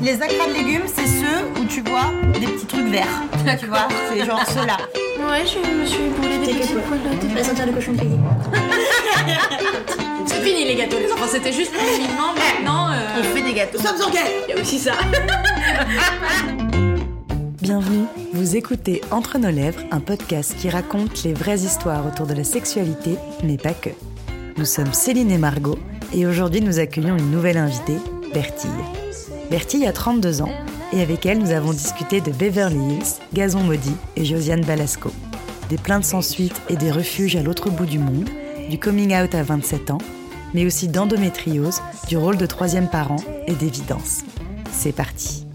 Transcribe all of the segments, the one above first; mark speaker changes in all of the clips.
Speaker 1: Les acras de légumes, c'est ceux où tu vois des petits trucs verts. Tu vois, c'est genre ceux-là.
Speaker 2: Ouais, je me suis boulé des petits poils de tête.
Speaker 3: Tu vas sentir le cochon grillé.
Speaker 2: C'est fini les gâteaux, les enfants, c'était juste un événement. Maintenant,
Speaker 1: On fait des gâteaux.
Speaker 3: Nous sommes en guerre.
Speaker 2: il y a aussi ça.
Speaker 4: Bienvenue, vous écoutez Entre nos lèvres, un podcast qui raconte les vraies histoires autour de la sexualité, mais pas que. Nous sommes Céline et Margot, et aujourd'hui nous accueillons une nouvelle invitée, Bertille. Bertille a 32 ans, et avec elle nous avons discuté de Beverly Hills, Gazon Maudit et Josiane Balasco. Des plaintes sans suite et des refuges à l'autre bout du monde, du coming out à 27 ans, mais aussi d'endométriose, du rôle de troisième parent et d'évidence. C'est parti.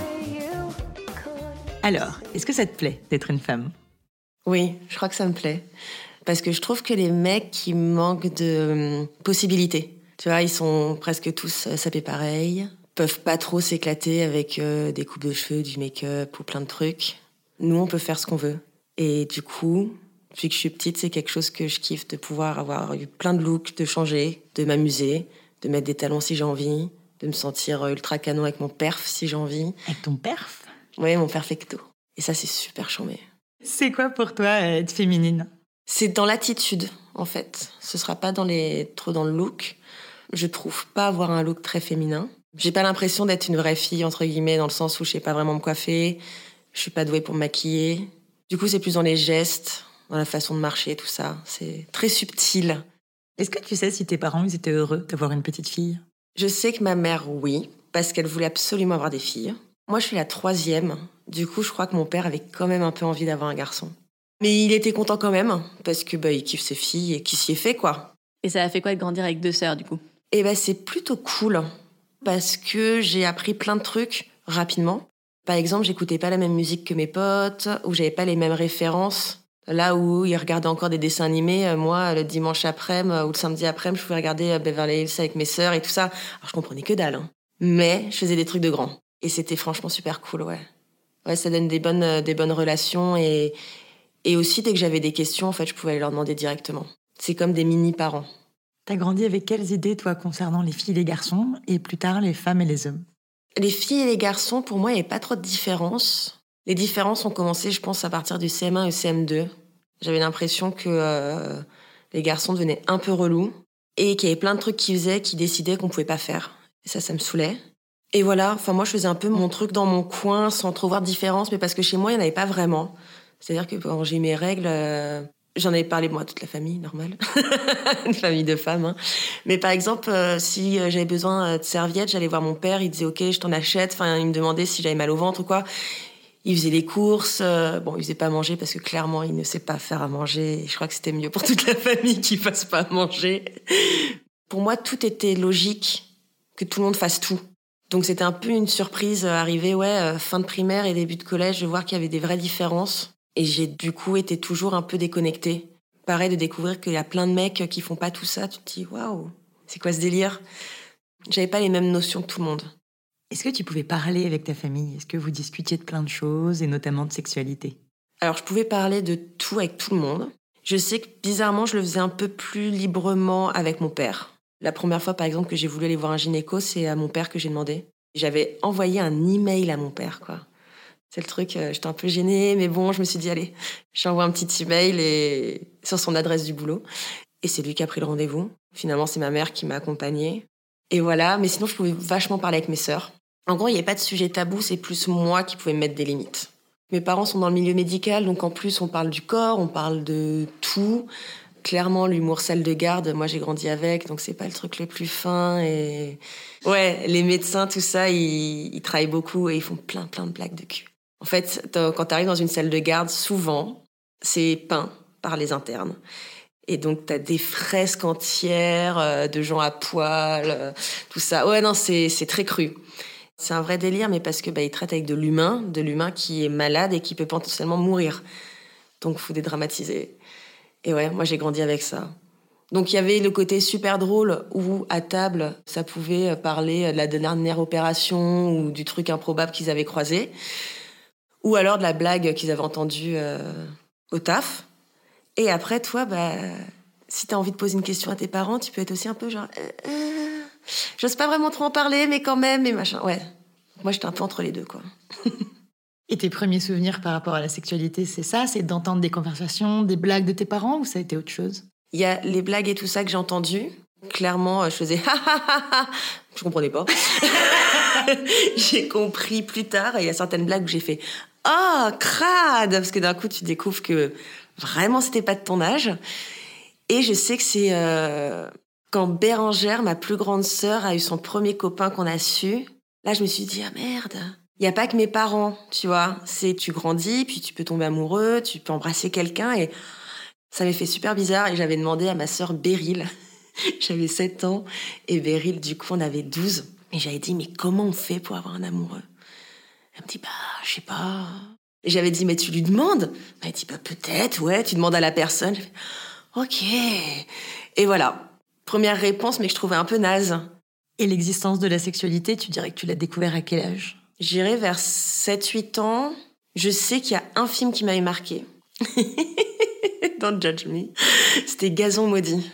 Speaker 4: Alors, est-ce que ça te plaît d'être une femme ?
Speaker 5: Oui, je crois que ça me plaît. Parce que je trouve que les mecs qui manquent de possibilités, tu vois, ils sont presque tous sapés pareil, peuvent pas trop s'éclater avec des coupes de cheveux, du make-up ou plein de trucs. Nous, on peut faire ce qu'on veut. Et du coup, depuis que je suis petite, c'est quelque chose que je kiffe, de pouvoir avoir eu plein de looks, de changer, de m'amuser, de mettre des talons si j'ai envie, de me sentir ultra canon avec mon perf si j'ai envie.
Speaker 4: Avec ton perf ?
Speaker 5: Oui, mon perfecto. Et ça, c'est super charmé.
Speaker 4: C'est quoi pour toi être féminine ?
Speaker 5: C'est dans l'attitude, en fait. Ce sera pas trop dans le look. Je trouve pas avoir un look très féminin. J'ai pas l'impression d'être une vraie fille, entre guillemets, dans le sens où je sais pas vraiment me coiffer. Je suis pas douée pour me maquiller. Du coup, c'est plus dans les gestes, dans la façon de marcher, tout ça. C'est très subtil.
Speaker 4: Est-ce que tu sais si tes parents ils étaient heureux d'avoir une petite fille ?
Speaker 5: Je sais que ma mère, oui, parce qu'elle voulait absolument avoir des filles. Moi, je suis la 3e. Du coup, je crois que mon père avait quand même un peu envie d'avoir un garçon. Mais il était content quand même, parce que il kiffe ses filles et qu'il s'y est fait, quoi.
Speaker 2: Et ça a fait quoi de grandir avec 2 sœurs, du coup ?
Speaker 5: Et c'est plutôt cool, parce que j'ai appris plein de trucs rapidement. Par exemple, j'écoutais pas la même musique que mes potes, ou j'avais pas les mêmes références. Là où ils regardaient encore des dessins animés, moi, le dimanche après-midi ou le samedi après-midi, je pouvais regarder Beverly Hills avec mes sœurs et tout ça. Alors, je comprenais que dalle, mais je faisais des trucs de grands. Et c'était franchement super cool, ouais. Ouais, ça donne des bonnes relations et aussi, dès que j'avais des questions, en fait, je pouvais aller leur demander directement. C'est comme des mini-parents.
Speaker 4: T'as grandi avec quelles idées, toi, concernant les filles et les garçons, et plus tard, les femmes et les hommes ?
Speaker 5: Les filles et les garçons, pour moi, il n'y avait pas trop de différence. Les différences ont commencé, je pense, à partir du CM1 et CM2. J'avais l'impression que les garçons devenaient un peu relous et qu'il y avait plein de trucs qu'ils faisaient, qu'ils décidaient qu'on ne pouvait pas faire. Et ça me saoulait. Et voilà, moi, je faisais un peu mon truc dans mon coin, sans trop voir de différence, mais parce que chez moi, il n'y en avait pas vraiment. C'est-à-dire que quand j'ai eu mes règles, j'en avais parlé, moi, à toute la famille, normal. Une famille de femmes. Mais par exemple, si j'avais besoin de serviettes, j'allais voir mon père, il disait « Ok, je t'en achète ». Enfin, il me demandait si j'avais mal au ventre ou quoi. Il faisait les courses. Il faisait pas manger parce que clairement, il ne sait pas faire à manger. Et je crois que c'était mieux pour toute la famille qu'il fasse pas à manger. Pour moi, tout était logique, que tout le monde fasse tout. Donc c'était un peu une surprise arrivée, fin de primaire et début de collège, de voir qu'il y avait des vraies différences. Et j'ai du coup été toujours un peu déconnectée. Pareil, de découvrir qu'il y a plein de mecs qui font pas tout ça. Tu te dis, waouh, c'est quoi ce délire ? J'avais pas les mêmes notions que tout le monde.
Speaker 4: Est-ce que tu pouvais parler avec ta famille ? Est-ce que vous discutiez de plein de choses, et notamment de sexualité ?
Speaker 5: Alors, je pouvais parler de tout avec tout le monde. Je sais que, bizarrement, je le faisais un peu plus librement avec mon père. La première fois, par exemple, que j'ai voulu aller voir un gynéco, c'est à mon père que j'ai demandé. J'avais envoyé un email à mon père, quoi. C'est le truc, j'étais un peu gênée, mais bon, je me suis dit, allez, j'envoie un petit email et sur son adresse du boulot. Et c'est lui qui a pris le rendez-vous. Finalement, c'est ma mère qui m'a accompagnée. Et voilà, mais sinon, je pouvais vachement parler avec mes sœurs. En gros, il n'y avait pas de sujet tabou, c'est plus moi qui pouvais me mettre des limites. Mes parents sont dans le milieu médical, donc en plus, on parle du corps, on parle de tout. Clairement, l'humour salle de garde, moi, j'ai grandi avec, donc c'est pas le truc le plus fin. Et ouais, les médecins, tout ça, ils travaillent beaucoup et ils font plein de blagues de cul. En fait, quand tu arrives dans une salle de garde, souvent, c'est peint par les internes. Et donc, tu as des fresques entières de gens à poil, tout ça. Ouais, non, c'est très cru. C'est un vrai délire, mais parce que ils traitent avec de l'humain qui est malade et qui peut potentiellement mourir. Donc, il faut dédramatiser. Et ouais, moi, j'ai grandi avec ça. Donc, il y avait le côté super drôle où, à table, ça pouvait parler de la dernière opération ou du truc improbable qu'ils avaient croisé. Ou alors de la blague qu'ils avaient entendue au taf. Et après, toi, si t'as envie de poser une question à tes parents, tu peux être aussi un peu genre... J'ose pas vraiment trop en parler, mais quand même, et machin. Ouais. moi, j'étais un peu entre les deux, quoi.
Speaker 4: Et tes premiers souvenirs par rapport à la sexualité, c'est ça? C'est d'entendre des conversations, des blagues de tes parents ou ça a été autre chose?
Speaker 5: Il y a les blagues et tout ça que j'ai entendu. Clairement, je faisais ha ha ha ha. Je comprenais pas. J'ai compris plus tard. Et il y a certaines blagues où j'ai fait oh, crade! Parce que d'un coup, tu découvres que vraiment, c'était pas de ton âge. Et je sais que c'est quand Bérangère, ma plus grande sœur, a eu son premier copain qu'on a su. Là, je me suis dit ah merde. Il n'y a pas que mes parents, tu vois. C'est tu grandis, puis tu peux tomber amoureux, tu peux embrasser quelqu'un. Et ça m'ait fait super bizarre. Et j'avais demandé à ma sœur Beryl. J'avais 7 ans. Et Beryl, du coup, on avait 12. Et j'avais dit, mais comment on fait pour avoir un amoureux? Elle me dit, je sais pas. Et j'avais dit, mais tu lui demandes? Elle dit, peut-être, ouais, tu demandes à la personne. Fait, ok. Et voilà. Première réponse, mais que je trouvais un peu naze.
Speaker 4: Et l'existence de la sexualité, tu dirais que tu l'as découvert à quel âge?
Speaker 5: J'irais vers 7-8 ans. Je sais qu'il y a un film qui m'avait marqué. Don't judge me. C'était Gazon maudit.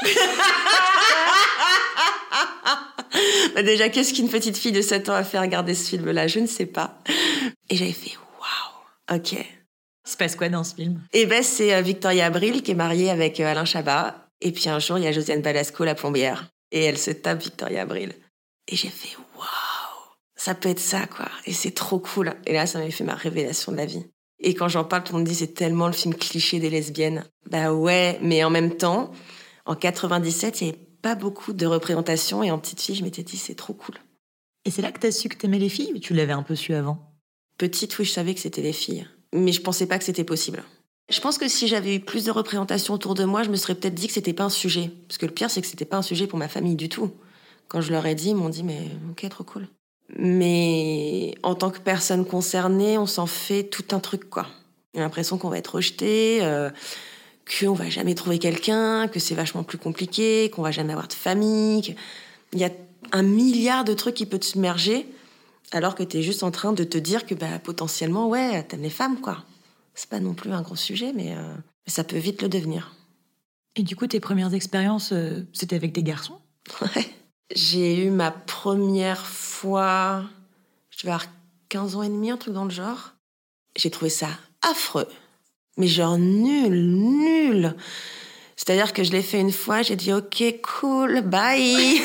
Speaker 5: Déjà, qu'est-ce qu'une petite fille de 7 ans a fait regarder ce film-là? Je ne sais pas. Et j'avais fait waouh, ok.
Speaker 4: Il se passe quoi dans ce film?
Speaker 5: Et c'est Victoria Abril qui est mariée avec Alain Chabat. Et puis un jour, il y a Josiane Balasco, la plombière. Et elle se tape Victoria Abril. Et j'ai fait waouh, ça peut être ça, quoi. Et c'est trop cool. Et là, ça m'avait fait ma révélation de la vie. Et quand j'en parle, tout le monde dit c'est tellement le film cliché des lesbiennes. Ouais, mais en même temps, en 97, il n'y avait pas beaucoup de représentation. Et en petite fille, je m'étais dit c'est trop cool.
Speaker 4: Et c'est là que t'as su que t'aimais les filles ou tu l'avais un peu su avant?
Speaker 5: Petite, oui, je savais que c'était les filles. Mais je pensais pas que c'était possible. Je pense que si j'avais eu plus de représentation autour de moi, je me serais peut-être dit que c'était pas un sujet. Parce que le pire, c'est que c'était pas un sujet pour ma famille du tout. Quand je leur ai dit, ils m'ont dit mais ok, trop cool. Mais en tant que personne concernée, on s'en fait tout un truc, quoi. On a l'impression qu'on va être rejeté, qu'on va jamais trouver quelqu'un, que c'est vachement plus compliqué, qu'on va jamais avoir de famille. Il y a 1 milliard de trucs qui peuvent te submerger, alors que t'es juste en train de te dire que potentiellement, ouais, t'aimes les femmes, quoi. C'est pas non plus un gros sujet, mais ça peut vite le devenir.
Speaker 4: Et du coup, tes premières expériences, c'était avec des garçons?
Speaker 5: Ouais. J'ai eu ma première fois, je devais avoir 15 ans et demi, un truc dans le genre. J'ai trouvé ça affreux. Mais genre nul. C'est-à-dire que je l'ai fait une fois, j'ai dit ok, cool, bye.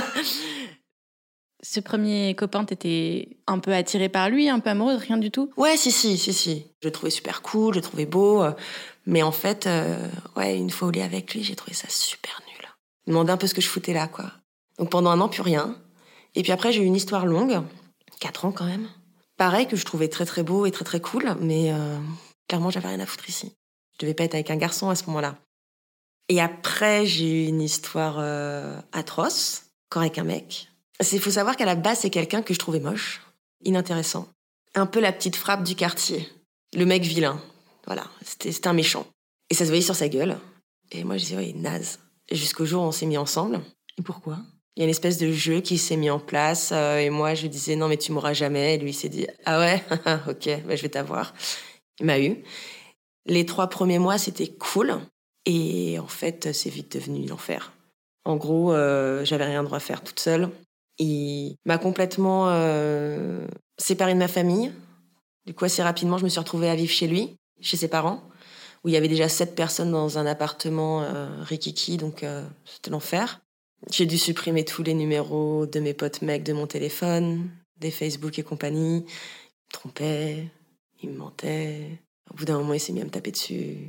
Speaker 2: Ce premier copain, t'étais un peu attirée par lui, un peu amoureuse, rien du tout?
Speaker 5: Ouais, si. Je le trouvais super cool, je le trouvais beau. Mais en fait, une fois au lit avec lui, j'ai trouvé ça super nul. Je me demandais un peu ce que je foutais là, quoi. Donc pendant 1 an, plus rien. Et puis après, j'ai eu une histoire longue, 4 ans quand même. Pareil, que je trouvais très très beau et très très cool, mais clairement, j'avais rien à foutre ici. Je devais pas être avec un garçon à ce moment-là. Et après, j'ai eu une histoire atroce, encore avec un mec. Il faut savoir qu'à la base, c'est quelqu'un que je trouvais moche, inintéressant. Un peu la petite frappe du quartier. Le mec vilain. Voilà, c'était un méchant. Et ça se voyait sur sa gueule. Et moi, je disais, ouais, naze. Et jusqu'au jour où on s'est mis ensemble.
Speaker 4: Et pourquoi?
Speaker 5: Il y a une espèce de jeu qui s'est mis en place. Et moi, je lui disais, non, mais tu m'auras jamais. Et lui, il s'est dit, ah ouais, ok, je vais t'avoir. Il m'a eu. Les 3 premiers mois, c'était cool. Et en fait, c'est vite devenu l'enfer. En gros, j'avais rien droit à faire toute seule. Il m'a complètement séparée de ma famille. Du coup, assez rapidement, je me suis retrouvée à vivre chez lui, chez ses parents, où il y avait déjà 7 personnes dans un appartement rikiki, donc c'était l'enfer. J'ai dû supprimer tous les numéros de mes potes mecs de mon téléphone, des Facebook et compagnie. Il me trompait, il me mentait. Au bout d'un moment, il s'est mis à me taper dessus.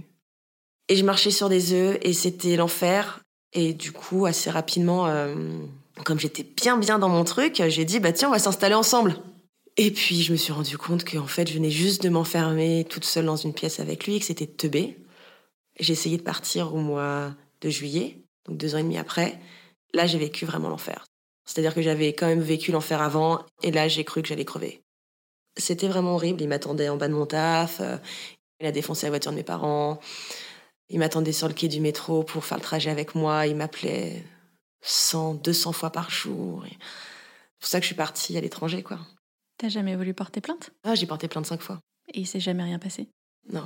Speaker 5: Et je marchais sur des œufs et c'était l'enfer. Et du coup, assez rapidement, comme j'étais bien dans mon truc, j'ai dit, tiens, on va s'installer ensemble. Et puis, je me suis rendu compte qu'en fait, je venais juste de m'enfermer toute seule dans une pièce avec lui et que c'était teubé. J'ai essayé de partir au mois de juillet, donc 2 ans et demi après. Là, j'ai vécu vraiment l'enfer. C'est-à-dire que j'avais quand même vécu l'enfer avant, et là, j'ai cru que j'allais crever. C'était vraiment horrible. Il m'attendait en bas de mon taf, il a défoncé la voiture de mes parents, il m'attendait sur le quai du métro pour faire le trajet avec moi, il m'appelait 100, 200 fois par jour. C'est pour ça que je suis partie à l'étranger, quoi.
Speaker 2: T'as jamais voulu porter plainte?
Speaker 5: Ah, j'ai porté plainte 5 fois.
Speaker 2: Et il s'est jamais rien passé?
Speaker 5: Non.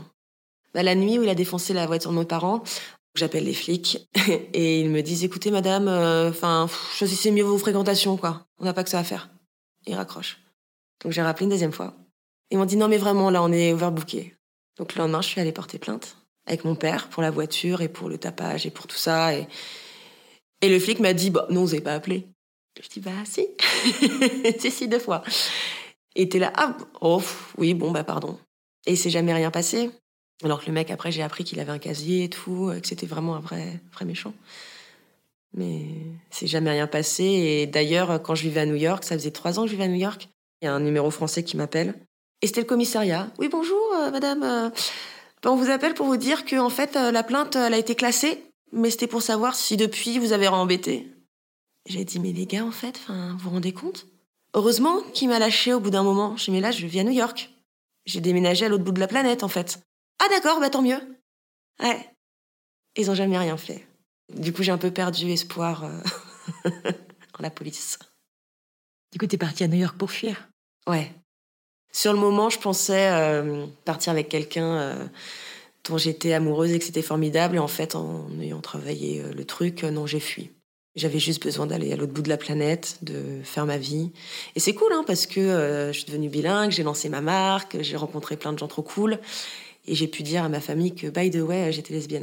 Speaker 5: La nuit où il a défoncé la voiture de mes parents, j'appelle les flics et ils me disent « Écoutez, madame, choisissez mieux vos fréquentations, quoi. On n'a pas que ça à faire. » Ils raccrochent. Donc j'ai rappelé une deuxième fois. Ils m'ont dit non mais vraiment là on est overbooké. Donc le lendemain je suis allée porter plainte avec mon père pour la voiture et pour le tapage et pour tout ça. Et le flic m'a dit non vous avez pas appelé. Je dis si. si 2 fois. Et t'es là oui bon pardon. Et il s'est jamais rien passé. Alors que le mec après j'ai appris qu'il avait un casier et tout, que c'était vraiment un vrai méchant. Mais c'est jamais rien passé. Et d'ailleurs, quand je vivais à New York, ça faisait 3 ans que je vivais à New York, il y a un numéro français qui m'appelle. Et c'était le commissariat. Oui, bonjour, madame. On vous appelle pour vous dire que en fait, la plainte, elle a été classée. Mais c'était pour savoir si depuis, vous avez réembêté. J'ai dit, mais les gars, en fait, vous vous rendez compte ? Heureusement qu'il m'a lâché au bout d'un moment. J'ai dit, mais là, je vis à New York. J'ai déménagé à l'autre bout de la planète, en fait. Ah d'accord, tant mieux. Ouais. Ils ont jamais rien fait. Du coup, j'ai un peu perdu espoir en la police.
Speaker 4: Du coup, t'es partie à New York pour fuir ?
Speaker 5: Ouais. Sur le moment, je pensais partir avec quelqu'un dont j'étais amoureuse et que c'était formidable. Et en fait, en ayant travaillé le truc, non, j'ai fui. J'avais juste besoin d'aller à l'autre bout de la planète, de faire ma vie. Et c'est cool, parce que je suis devenue bilingue, j'ai lancé ma marque, j'ai rencontré plein de gens trop cool. Et j'ai pu dire à ma famille que, by the way, j'étais lesbienne.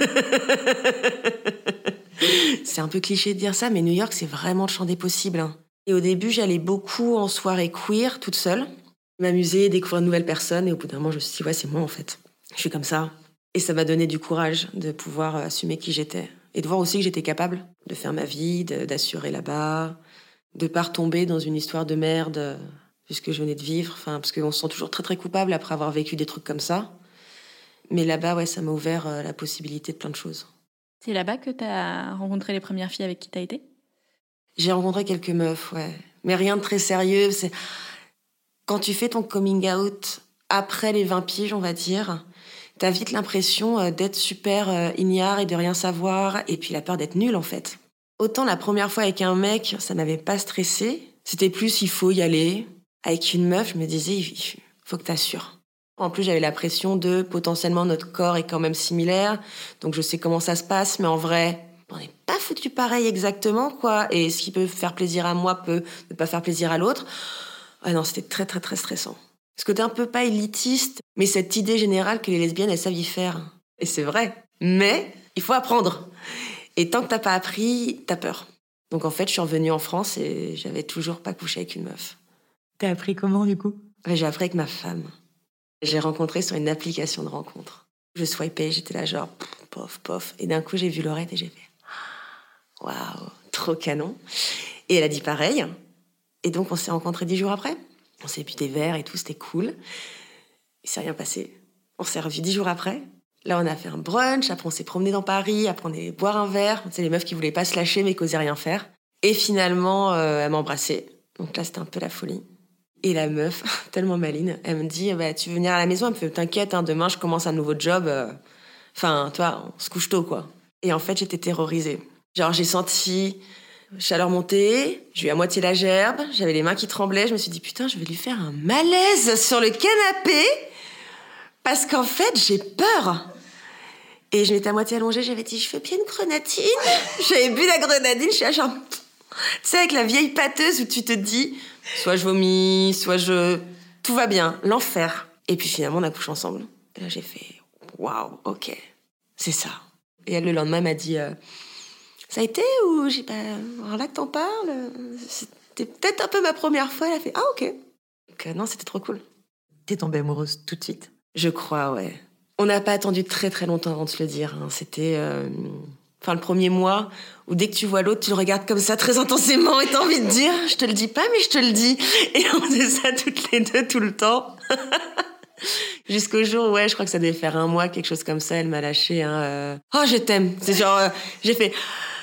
Speaker 5: C'est un peu cliché de dire ça, mais New York, c'est vraiment le champ des possibles. Et au début, j'allais beaucoup en soirée queer, toute seule. M'amuser, découvrir de nouvelles personnes. Et au bout d'un moment, je me suis dit, ouais, c'est moi, en fait. Je suis comme ça. Et ça m'a donné du courage de pouvoir assumer qui j'étais. Et de voir aussi que j'étais capable de faire ma vie, d'assurer là-bas, de pas retomber dans une histoire de merde, puisque je venais de vivre. Parce qu'on se sent toujours très, très coupable après avoir vécu des trucs comme ça. Mais là-bas, ouais, ça m'a ouvert la possibilité de plein de choses.
Speaker 2: C'est là-bas que t'as rencontré les premières filles avec qui t'as été ?
Speaker 5: J'ai rencontré quelques meufs, ouais. Mais rien de très sérieux. Quand tu fais ton coming out après les 20 piges, on va dire, t'as vite l'impression d'être super ignare et de rien savoir, et puis la peur d'être nulle, en fait. Autant la première fois avec un mec, ça m'avait pas stressé. C'était plus, il faut y aller. Avec une meuf, je me disais, il faut que t'assures. En plus, j'avais la pression de potentiellement notre corps est quand même similaire, donc je sais comment ça se passe, mais en vrai, on n'est pas foutu pareil exactement, quoi. Et ce qui peut faire plaisir à moi peut ne pas faire plaisir à l'autre. Ah non, c'était très, très, très stressant. Parce que t'es un peu pas élitiste, mais cette idée générale que les lesbiennes, elles savent y faire. Et c'est vrai. Mais il faut apprendre. Et tant que t'as pas appris, t'as peur. Donc en fait, je suis revenue en France et j'avais toujours pas couché avec une meuf.
Speaker 4: T'as appris comment, du coup ?
Speaker 5: J'ai appris avec ma femme. J'ai rencontré sur une application de rencontre. Je swipais, j'étais là genre, pof. Et d'un coup, j'ai vu Laurette et j'ai fait, waouh, trop canon. Et elle a dit pareil. Et donc, on s'est rencontrés 10 jours après. On s'est bu des verres et tout, c'était cool. Il s'est rien passé. On s'est revus 10 jours après. Là, on a fait un brunch. Après, on s'est promené dans Paris. Après, on est allé boire un verre. C'est les meufs qui voulaient pas se lâcher, mais qui osaient rien faire. Et finalement, elle m'a embrassée. Donc là, c'était un peu la folie. Et la meuf, tellement maline, elle me dit, tu veux venir à la maison ? Elle me fait, t'inquiète, demain, je commence un nouveau job. Toi, on se couche tôt, quoi. Et en fait, j'étais terrorisée. Genre, j'ai senti chaleur monter, j'ai eu à moitié la gerbe, j'avais les mains qui tremblaient. Je me suis dit, putain, je vais lui faire un malaise sur le canapé parce qu'en fait, j'ai peur. Et je m'étais à moitié allongée, j'avais dit, je veux bien une grenadine. J'avais bu la grenadine, je suis à genre... Tu sais, avec la vieille pâteuse où tu te dis, soit je vomis, soit tout va bien, l'enfer. Et puis finalement, on a couché ensemble. Et là, j'ai fait, waouh, ok, c'est ça. Et elle, le lendemain, m'a dit, ça a été ou j'ai pas... Alors là que t'en parles, c'était peut-être un peu ma première fois. Elle a fait, ah ok. Donc non, c'était trop cool.
Speaker 4: T'es tombée amoureuse tout de suite ?
Speaker 5: Je crois, ouais. On n'a pas attendu très très longtemps avant de se le dire. C'était... le premier mois, où dès que tu vois l'autre, tu le regardes comme ça très intensément et t'as envie de dire « Je te le dis pas, mais je te le dis !» Et on faisait ça toutes les deux, tout le temps. Jusqu'au jour où, je crois que ça devait faire 1 mois, quelque chose comme ça, elle m'a lâché Oh, je t'aime !» C'est genre, j'ai fait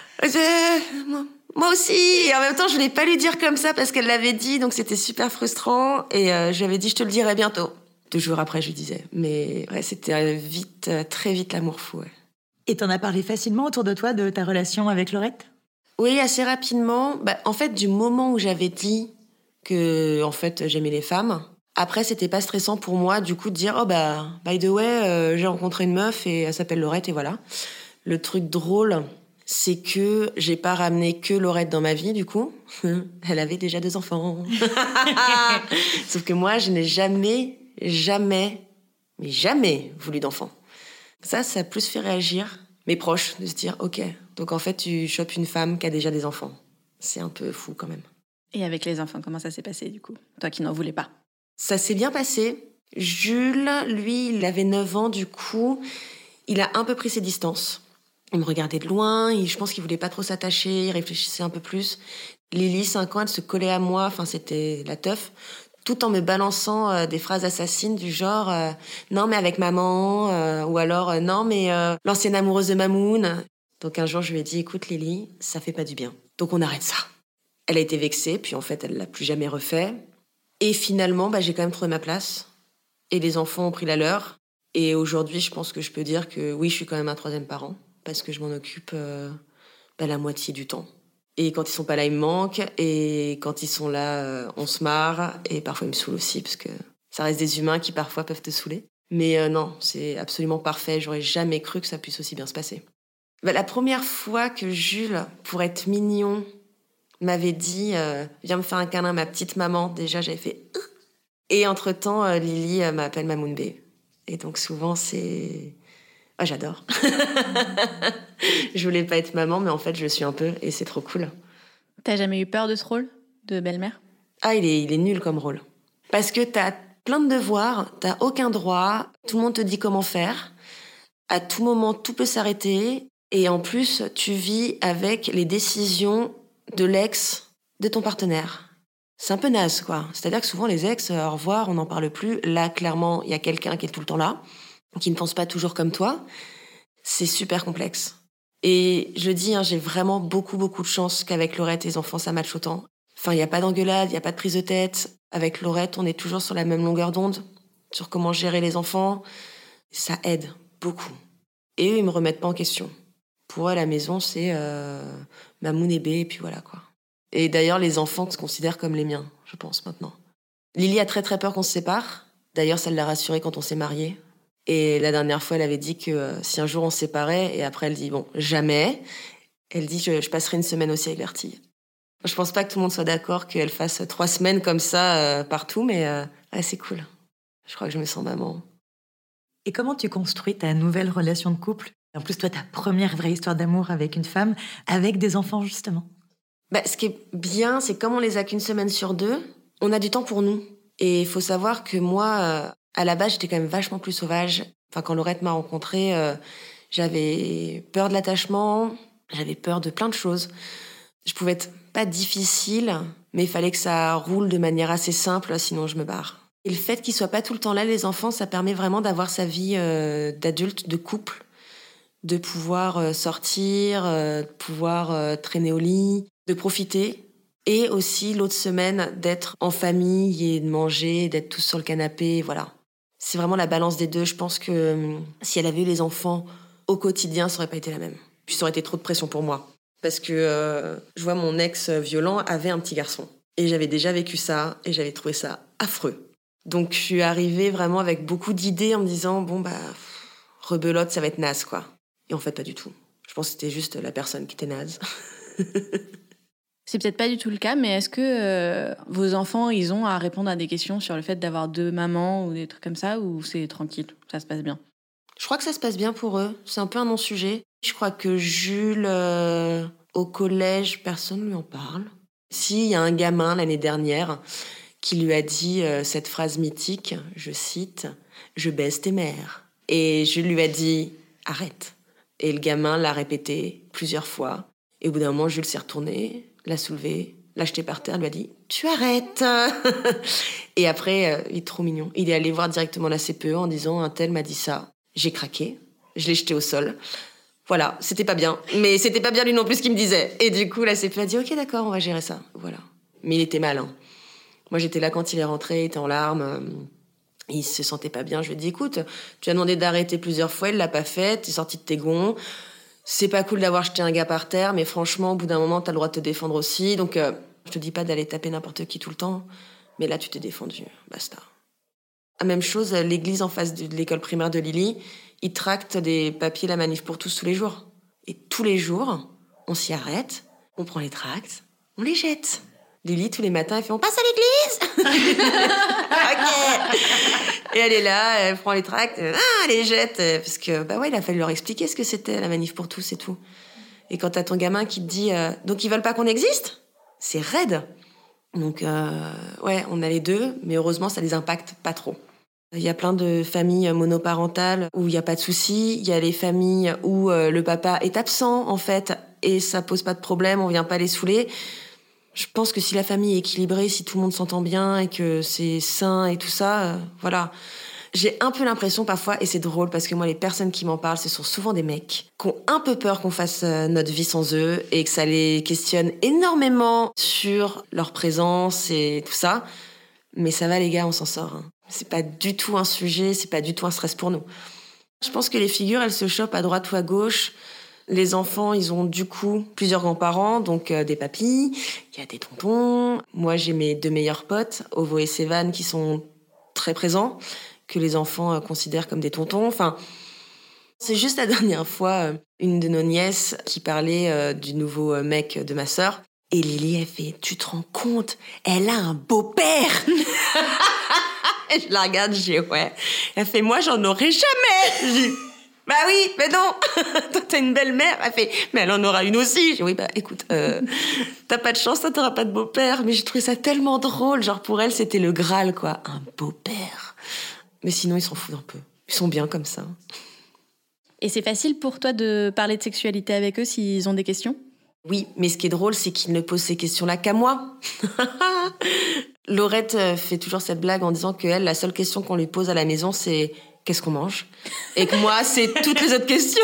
Speaker 5: moi aussi !» Et en même temps, je voulais pas lui dire comme ça parce qu'elle l'avait dit, donc c'était super frustrant. Et je lui avais dit « Je te le dirai bientôt !» 2 jours après, je lui disais. Mais ouais, c'était vite, très vite l'amour fou, ouais.
Speaker 4: Et t'en as parlé facilement autour de toi de ta relation avec Laurette ?
Speaker 5: Oui, assez rapidement. En fait, du moment où j'avais dit que, en fait, j'aimais les femmes, après, c'était pas stressant pour moi, du coup, de dire, by the way, j'ai rencontré une meuf et elle s'appelle Laurette et voilà. Le truc drôle, c'est que j'ai pas ramené que Laurette dans ma vie, du coup. Elle avait déjà 2 enfants. Sauf que moi, je n'ai jamais voulu d'enfant. Ça a plus fait réagir mes proches, de se dire, ok, donc en fait, tu chopes une femme qui a déjà des enfants. C'est un peu fou quand même.
Speaker 2: Et avec les enfants, comment ça s'est passé du coup? Toi qui n'en voulais pas.
Speaker 5: Ça s'est bien passé. Jules, lui, il avait 9 ans, du coup, il a un peu pris ses distances. Il me regardait de loin, je pense qu'il voulait pas trop s'attacher, il réfléchissait un peu plus. Lily, 5 ans, elle se collait à moi, enfin c'était la teuf, tout en me balançant des phrases assassines du genre non mais avec maman, ou alors non mais l'ancienne amoureuse de Mamoun. Donc un jour je lui ai dit écoute Lily, ça fait pas du bien, donc on arrête ça. Elle a été vexée, puis en fait elle l'a plus jamais refait. Et finalement j'ai quand même trouvé ma place, et les enfants ont pris la leur. Et aujourd'hui je pense que je peux dire que oui je suis quand même un 3e parent, parce que je m'en occupe la moitié du temps. Et quand ils sont pas là, ils me manquent. Et quand ils sont là, on se marre. Et parfois, ils me saoulent aussi, parce que ça reste des humains qui, parfois, peuvent te saouler. Mais non, c'est absolument parfait. J'aurais jamais cru que ça puisse aussi bien se passer. La première fois que Jules, pour être mignon, m'avait dit « Viens me faire un câlin, ma petite maman », déjà, j'avais fait « Et entre-temps, Lily m'appelle Mamoun B. » Et donc, souvent, c'est... Ah, j'adore. Je voulais pas être maman, mais en fait, je le suis un peu, et c'est trop cool.
Speaker 2: T'as jamais eu peur de ce rôle de belle-mère?
Speaker 5: Ah, il est nul comme rôle. Parce que t'as plein de devoirs, t'as aucun droit, tout le monde te dit comment faire. À tout moment, tout peut s'arrêter. Et en plus, tu vis avec les décisions de l'ex de ton partenaire. C'est un peu naze, quoi. C'est-à-dire que souvent, les ex, au revoir, on n'en parle plus. Là, clairement, il y a quelqu'un qui est tout le temps là, qui ne pense pas toujours comme toi. C'est super complexe. Et je dis, j'ai vraiment beaucoup de chance qu'avec Laurette et les enfants, ça matche autant. Enfin, il n'y a pas d'engueulade, il n'y a pas de prise de tête. Avec Laurette, on est toujours sur la même longueur d'onde, sur comment gérer les enfants. Ça aide beaucoup. Et eux, ils me remettent pas en question. Pour eux, à la maison, c'est Mamoun et B, et puis voilà, quoi. Et d'ailleurs, les enfants se considèrent comme les miens, je pense, maintenant. Lily a très peur qu'on se sépare. D'ailleurs, ça l'a rassurée quand on s'est mariés. Et la dernière fois, elle avait dit que si un jour on se séparait, et après elle dit, bon, jamais. Elle dit, je passerai une semaine aussi avec Bertille. Je pense pas que tout le monde soit d'accord qu'elle fasse 3 semaines comme ça partout, mais c'est cool. Je crois que je me sens maman.
Speaker 4: Et comment tu construis ta nouvelle relation de couple? En plus, toi, ta première vraie histoire d'amour avec une femme, avec des enfants, justement.
Speaker 5: Ce qui est bien, c'est comme on les a qu'1 semaine sur 2, on a du temps pour nous. Et il faut savoir que moi, à la base, j'étais quand même vachement plus sauvage. Enfin, quand Laurette m'a rencontrée, j'avais peur de l'attachement, j'avais peur de plein de choses. Je pouvais être pas difficile, mais il fallait que ça roule de manière assez simple, sinon je me barre. Et le fait qu'ils soient pas tout le temps là, les enfants, ça permet vraiment d'avoir sa vie d'adulte, de couple, de pouvoir sortir, de pouvoir traîner au lit, de profiter. Et aussi, l'autre semaine, d'être en famille et de manger, d'être tous sur le canapé, voilà. C'est vraiment la balance des deux. Je pense que si elle avait eu les enfants au quotidien, ça aurait pas été la même. Puis ça aurait été trop de pression pour moi. Parce que je vois mon ex violent avait un petit garçon. Et j'avais déjà vécu ça, et j'avais trouvé ça affreux. Donc je suis arrivée vraiment avec beaucoup d'idées en me disant, rebelote, ça va être naze, quoi. Et en fait, pas du tout. Je pense que c'était juste la personne qui était naze.
Speaker 2: C'est peut-être pas du tout le cas, mais est-ce que vos enfants, ils ont à répondre à des questions sur le fait d'avoir 2 mamans ou des trucs comme ça, ou c'est tranquille, ça se passe bien?
Speaker 5: Je crois que ça se passe bien pour eux. C'est un peu un non-sujet. Je crois que Jules, au collège, personne ne lui en parle. Si, il y a un gamin l'année dernière qui lui a dit cette phrase mythique, je cite, « Je baise tes mères ». Et Jules lui a dit « Arrête ». Et le gamin l'a répété plusieurs fois. Et au bout d'un moment, Jules s'est retourné, l'a soulevé, l'a jeté par terre, lui a dit « Tu arrêtes !» Et après, il est trop mignon. Il est allé voir directement la CPE en disant « Un tel m'a dit ça ». J'ai craqué, je l'ai jeté au sol. Voilà, c'était pas bien. Mais c'était pas bien lui non plus ce qu'il me disait. Et du coup, la CPE a dit « Ok, d'accord, on va gérer ça. » Voilà. Mais il était malin. Moi, j'étais là quand il est rentré, il était en larmes. Il se sentait pas bien. Je lui ai dit « Écoute, tu as demandé d'arrêter plusieurs fois, il l'a pas fait, t'es sorti de tes gonds. C'est pas cool d'avoir jeté un gars par terre, mais franchement, au bout d'un moment, t'as le droit de te défendre aussi. Donc, je te dis pas d'aller taper n'importe qui tout le temps, mais là, tu t'es défendu. Basta. » Même chose, l'église en face de l'école primaire de Lily, ils tractent des papiers La Manif pour tous les jours. Et tous les jours, on s'y arrête, on prend les tracts, on les jette. Lily, tous les matins, elle fait « On passe à l'église !» Ok. Et elle est là, elle prend les tracts, elle les jette. Parce que, il a fallu leur expliquer ce que c'était, la manif pour tous et tout. Et quand t'as ton gamin qui te dit « Donc ils veulent pas qu'on existe ?» C'est raide. Donc, on a les deux, mais heureusement, ça les impacte pas trop. Il y a plein de familles monoparentales où il n'y a pas de soucis. Il y a les familles où le papa est absent, en fait, et ça pose pas de problème, on vient pas les saouler. Je pense que si la famille est équilibrée, si tout le monde s'entend bien et que c'est sain et tout ça, voilà. J'ai un peu l'impression parfois, et c'est drôle parce que moi, les personnes qui m'en parlent, ce sont souvent des mecs qui ont un peu peur qu'on fasse notre vie sans eux et que ça les questionne énormément sur leur présence et tout ça. Mais ça va les gars, on s'en sort. Hein. C'est pas du tout un sujet, c'est pas du tout un stress pour nous. Je pense que les figures, elles se chopent à droite ou à gauche. Les enfants, ils ont du coup plusieurs grands-parents, donc des papis, il y a des tontons. Moi, j'ai mes deux meilleurs potes, Ovo et Sévan, qui sont très présents, que les enfants considèrent comme des tontons. Enfin, c'est juste la dernière fois, une de nos nièces qui parlait du nouveau mec de ma sœur. Et Lily, elle fait « Tu te rends compte ? Elle a un beau-père !» Et je la regarde, je dis « Ouais. » Elle fait « Moi, j'en aurai jamais !» Je dis « Bah oui, mais non. Toi, t'as une belle-mère. » Elle fait « Mais elle en aura une aussi. » Je dis « Oui, écoute, t'as pas de chance, toi, t'auras pas de beau-père. » Mais j'ai trouvé ça tellement drôle. Genre, pour elle, c'était le Graal, quoi. Un beau-père. Mais sinon, ils s'en foutent un peu. Ils sont bien comme ça.
Speaker 2: Et c'est facile pour toi de parler de sexualité avec eux s'ils ont des questions ?
Speaker 5: Oui, mais ce qui est drôle, c'est qu'ils ne posent ces questions-là qu'à moi. Laurette fait toujours cette blague en disant qu'elle, la seule question qu'on lui pose à la maison, c'est « Qu'est-ce qu'on mange ?» Et que moi, c'est toutes les autres questions.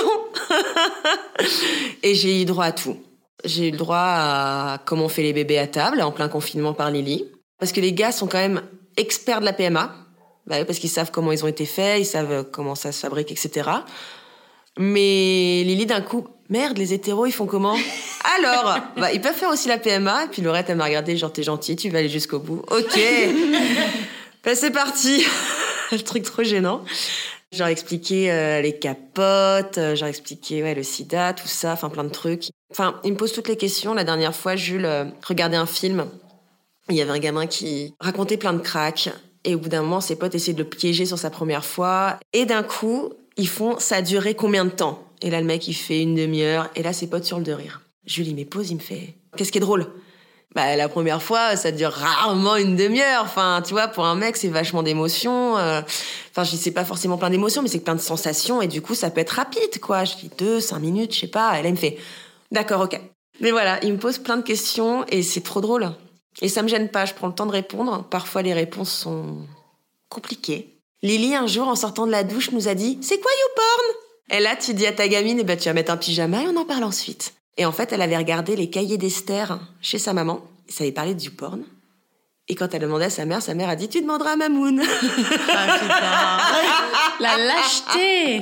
Speaker 5: Et j'ai eu droit à tout. J'ai eu le droit à comment on fait les bébés à table, en plein confinement par Lily. Parce que les gars sont quand même experts de la PMA. Parce qu'ils savent comment ils ont été faits, ils savent comment ça se fabrique, etc. Mais Lily, d'un coup, merde, les hétéros, ils font comment ? Alors, ils peuvent faire aussi la PMA. Et puis Laurette, elle m'a regardé, genre, t'es gentille, tu vas aller jusqu'au bout. Ok. C'est parti. Le truc trop gênant. J'aurais expliqué les capotes, j'aurais expliqué le sida, tout ça, enfin plein de trucs. Enfin, il me pose toutes les questions. La dernière fois, Jules regardait un film. Il y avait un gamin qui racontait plein de cracks. Et au bout d'un moment, ses potes essayaient de le piéger sur sa première fois. Et d'un coup, ils font « Ça a duré combien de temps ?» Et là, le mec, il fait 1 demi-heure. Et là, ses potes hurlent de rire. Jules, il me pose, il me fait « Qu'est-ce qui est drôle ?» La première fois, ça dure rarement 1 demi-heure. Enfin, tu vois, pour un mec, c'est vachement d'émotions. Enfin, je sais pas forcément plein d'émotions, mais c'est plein de sensations. Et du coup, ça peut être rapide, quoi. Je dis 2, 5 minutes, je sais pas. Et là, il me fait « D'accord, ok. » Mais voilà, il me pose plein de questions et c'est trop drôle. Et ça me gêne pas, je prends le temps de répondre. Parfois, les réponses sont compliquées. Lily, un jour, en sortant de la douche, nous a dit « C'est quoi YouPorn ?» Et là, tu dis à ta gamine « Tu vas mettre un pyjama et on en parle ensuite. » Et en fait, elle avait regardé les cahiers d'Esther chez sa maman. Ça avait parlé du porn. Et quand elle demandait à sa mère a dit « Tu demanderas à Mamoun. »
Speaker 2: Ah putain. La lâcheté.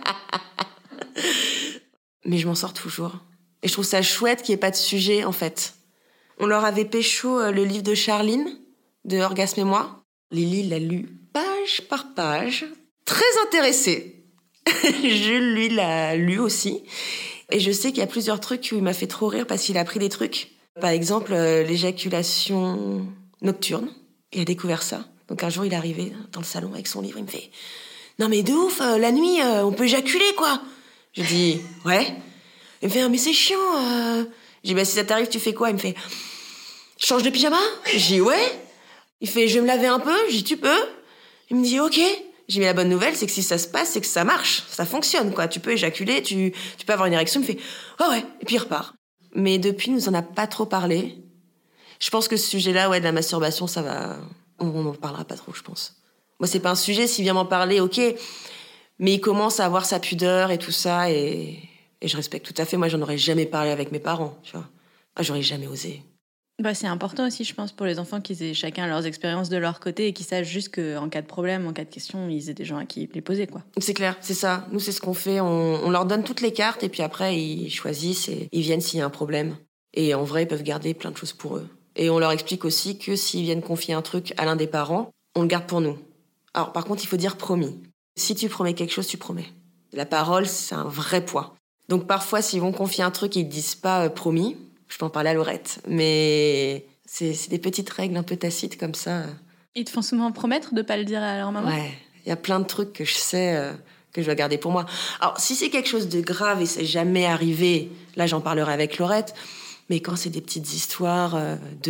Speaker 5: Mais je m'en sors toujours. Et je trouve ça chouette qu'il n'y ait pas de sujet, en fait. On leur avait pécho le livre de Charline, de Orgasme et moi. Lily l'a lu page par page. Très intéressée. Jules, lui, l'a lu aussi. Et je sais qu'il y a plusieurs trucs où il m'a fait trop rire parce qu'il a appris des trucs. Par exemple, l'éjaculation nocturne. Il a découvert ça. Donc un jour, il est arrivé dans le salon avec son livre. Il me fait « Non mais de ouf, la nuit, on peut éjaculer, quoi !» Je dis « Ouais ?» Il me fait « Mais c'est chiant. » Je dis « Si ça t'arrive, tu fais quoi ?» Il me fait « Change de pyjama ?» Je dis « Ouais. » Il fait « Je vais me laver un peu ?» Je dis « Tu peux ?» Il me dit « Ok. » J'ai mis la bonne nouvelle, c'est que si ça se passe, c'est que ça marche, ça fonctionne, quoi. Tu peux éjaculer, tu peux avoir une érection. Il me fait « Oh ouais !» Et puis il repart. Mais depuis, il nous en a pas trop parlé. Je pense que ce sujet-là, de la masturbation, ça va... On n'en parlera pas trop, je pense. Moi, c'est pas un sujet, s'il vient m'en parler, ok. Mais il commence à avoir sa pudeur et tout ça, et je respecte tout à fait. Moi, j'en aurais jamais parlé avec mes parents, tu vois. J'aurais jamais osé.
Speaker 2: C'est important aussi, je pense, pour les enfants qu'ils aient chacun leurs expériences de leur côté et qu'ils sachent juste qu'en cas de problème, en cas de question, ils aient des gens à qui les poser, quoi.
Speaker 5: C'est clair, c'est ça. Nous, c'est ce qu'on fait. On leur donne toutes les cartes et puis après, ils choisissent et ils viennent s'il y a un problème. Et en vrai, ils peuvent garder plein de choses pour eux. Et on leur explique aussi que s'ils viennent confier un truc à l'un des parents, on le garde pour nous. Alors, par contre, il faut dire promis. Si tu promets quelque chose, tu promets. La parole, c'est un vrai poids. Donc parfois, s'ils vont confier un truc et ils disent pas promis, je peux en parler à Laurette. Mais c'est des petites règles un peu tacites comme ça.
Speaker 2: Ils te font souvent promettre de pas le dire à leur maman ?
Speaker 5: Ouais, il y a plein de trucs que je sais que je dois garder pour moi. Alors, si c'est quelque chose de grave et c'est jamais arrivé, là, j'en parlerai avec Laurette. Mais quand c'est des petites histoires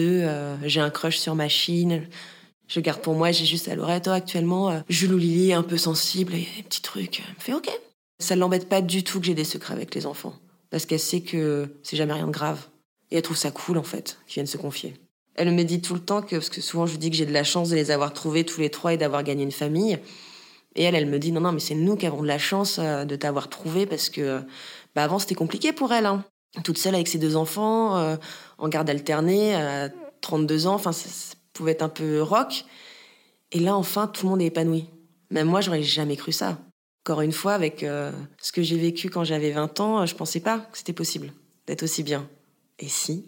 Speaker 5: j'ai un crush sur machine, je garde pour moi, j'ai juste à Laurette, actuellement, Jules ou Lily est un peu sensible, et des petits trucs. Elle me fait OK. Ça ne l'embête pas du tout que j'ai des secrets avec les enfants. Parce qu'elle sait que c'est jamais rien de grave. Et elle trouve ça cool, en fait, qu'ils viennent se confier. Elle me dit tout le temps parce que souvent je lui dis que j'ai de la chance de les avoir trouvés tous les trois et d'avoir gagné une famille. Et elle me dit non, mais c'est nous qui avons de la chance de t'avoir trouvé parce que avant c'était compliqué pour elle. Hein. Toute seule avec ses 2 enfants, en garde alternée, à 32 ans, ça pouvait être un peu rock. Et là, enfin, tout le monde est épanoui. Même moi, j'aurais jamais cru ça. Encore une fois, avec ce que j'ai vécu quand j'avais 20 ans, je pensais pas que c'était possible d'être aussi bien. Et si,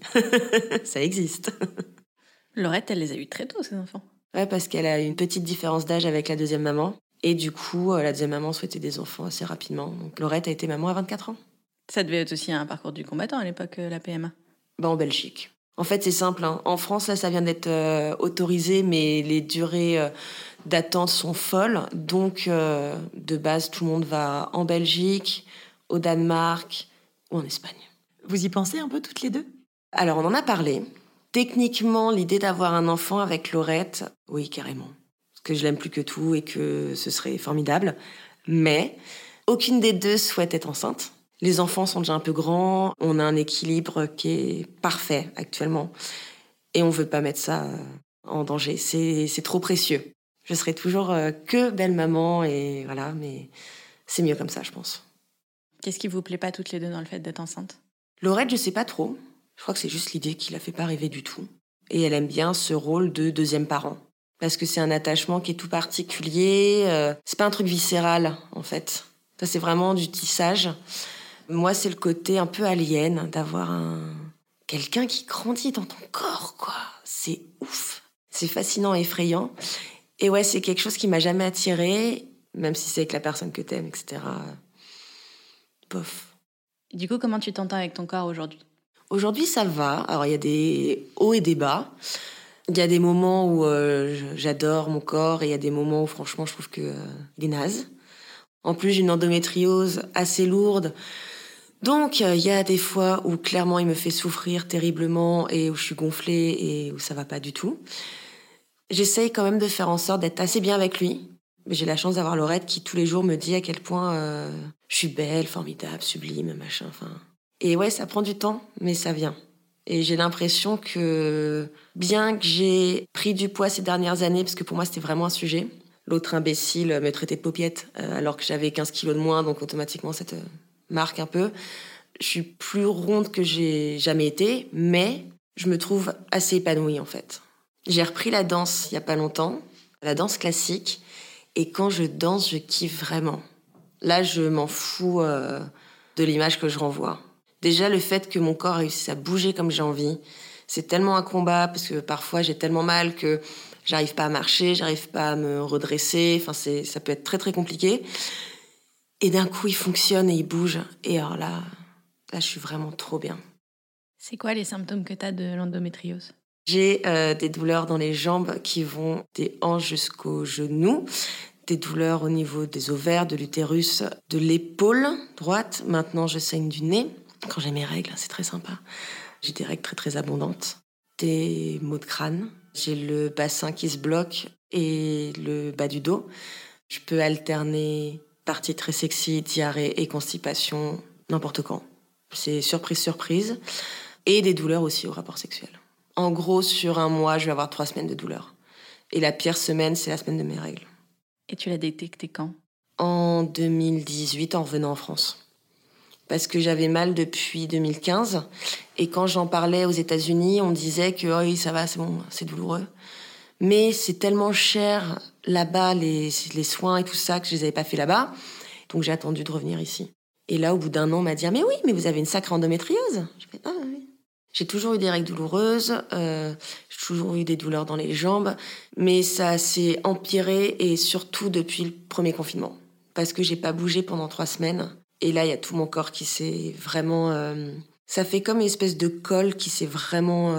Speaker 5: ça existe.
Speaker 2: Laurette, elle les a eus très tôt, ces enfants.
Speaker 5: Ouais, parce qu'elle a une petite différence d'âge avec la deuxième maman. Et du coup, la deuxième maman souhaitait des enfants assez rapidement. Donc Laurette a été maman à 24 ans.
Speaker 2: Ça devait être aussi un parcours du combattant à l'époque, la PMA.
Speaker 5: En Belgique. En fait, c'est simple. Hein. En France, là, ça vient d'être autorisé, mais les durées d'attente sont folles. Donc, de base, tout le monde va en Belgique, au Danemark ou en Espagne.
Speaker 4: Vous y pensez un peu toutes les deux ?
Speaker 5: Alors, on en a parlé. Techniquement, l'idée d'avoir un enfant avec Laurette, oui, carrément. Parce que je l'aime plus que tout et que ce serait formidable. Mais aucune des deux souhaite être enceinte. Les enfants sont déjà un peu grands, on a un équilibre qui est parfait actuellement. Et on veut pas mettre ça en danger, c'est trop précieux. Je serai toujours que belle maman, et voilà, mais c'est mieux comme ça, je pense.
Speaker 2: Qu'est-ce qui vous plaît pas toutes les deux dans le fait d'être enceinte ?
Speaker 5: Laurette, je sais pas trop. Je crois que c'est juste l'idée qui la fait pas rêver du tout. Et elle aime bien ce rôle de deuxième parent. Parce que c'est un attachement qui est tout particulier. C'est pas un truc viscéral, en fait. Ça, c'est vraiment du tissage. Moi, c'est le côté un peu alien d'avoir quelqu'un qui grandit dans ton corps, quoi. C'est ouf. C'est fascinant et effrayant. Et ouais, c'est quelque chose qui m'a jamais attirée, même si c'est avec la personne que t'aimes, etc. Bof.
Speaker 2: Du coup, comment tu t'entends avec ton corps aujourd'hui ?
Speaker 5: Aujourd'hui, ça va. Alors, il y a des hauts et des bas. Il y a des moments où j'adore mon corps et il y a des moments où, franchement, je trouve qu'il est naze. En plus, j'ai une endométriose assez lourde. Donc, il y a des fois où, clairement, il me fait souffrir terriblement et où je suis gonflée et où ça va pas du tout. J'essaye quand même de faire en sorte d'être assez bien avec lui. J'ai la chance d'avoir Laurette qui, tous les jours, me dit à quel point je suis belle, formidable, sublime, machin, enfin... Et ouais, ça prend du temps, mais ça vient. Et j'ai l'impression que, bien que j'ai pris du poids ces dernières années, parce que pour moi, c'était vraiment un sujet, l'autre imbécile me traitait de paupiette, alors que j'avais 15 kilos de moins, donc automatiquement, ça te marque un peu. Je suis plus ronde que j'ai jamais été, mais je me trouve assez épanouie, en fait. J'ai repris la danse il y a pas longtemps, la danse classique, et quand je danse, je kiffe vraiment. Là, je m'en fous de l'image que je renvoie. Déjà, le fait que mon corps réussisse à bouger comme j'ai envie, c'est tellement un combat, parce que parfois j'ai tellement mal que j'arrive pas à marcher, j'arrive pas à me redresser, enfin, ça peut être très très compliqué. Et d'un coup, il fonctionne et il bouge. Et alors là, je suis vraiment trop bien.
Speaker 2: C'est quoi les symptômes que t'as de l'endométriose ?
Speaker 5: J'ai des douleurs dans les jambes qui vont des hanches jusqu'aux genoux, des douleurs au niveau des ovaires, de l'utérus, de l'épaule droite. Maintenant, je saigne du nez. Quand j'ai mes règles, c'est très sympa. J'ai des règles très très abondantes. Des maux de crâne. J'ai le bassin qui se bloque et le bas du dos. Je peux alterner partie très sexy, diarrhée et constipation, n'importe quand. C'est surprise, surprise. Et des douleurs aussi au rapport sexuel. En gros, sur un mois, je vais avoir 3 semaines de douleur. Et la pire semaine, c'est la semaine de mes règles.
Speaker 2: Et tu l'as détecté quand ?
Speaker 5: En 2018, en revenant en France. Parce que j'avais mal depuis 2015. Et quand j'en parlais aux États-Unis, on disait que oh oui, ça va, c'est bon, c'est douloureux. Mais c'est tellement cher là-bas, les soins et tout ça, que je les avais pas fait là-bas. Donc j'ai attendu de revenir ici. Et là, au bout d'1 an, on m'a dit « Ah mais oui, mais vous avez une sacrée endométriose !» J'ai fait « Ah oui !» J'ai toujours eu des règles douloureuses, j'ai toujours eu des douleurs dans les jambes, mais ça s'est empiré et surtout depuis le premier confinement. Parce que j'ai pas bougé pendant 3 semaines. Et là, il y a tout mon corps qui s'est vraiment... ça fait comme une espèce de colle qui s'est vraiment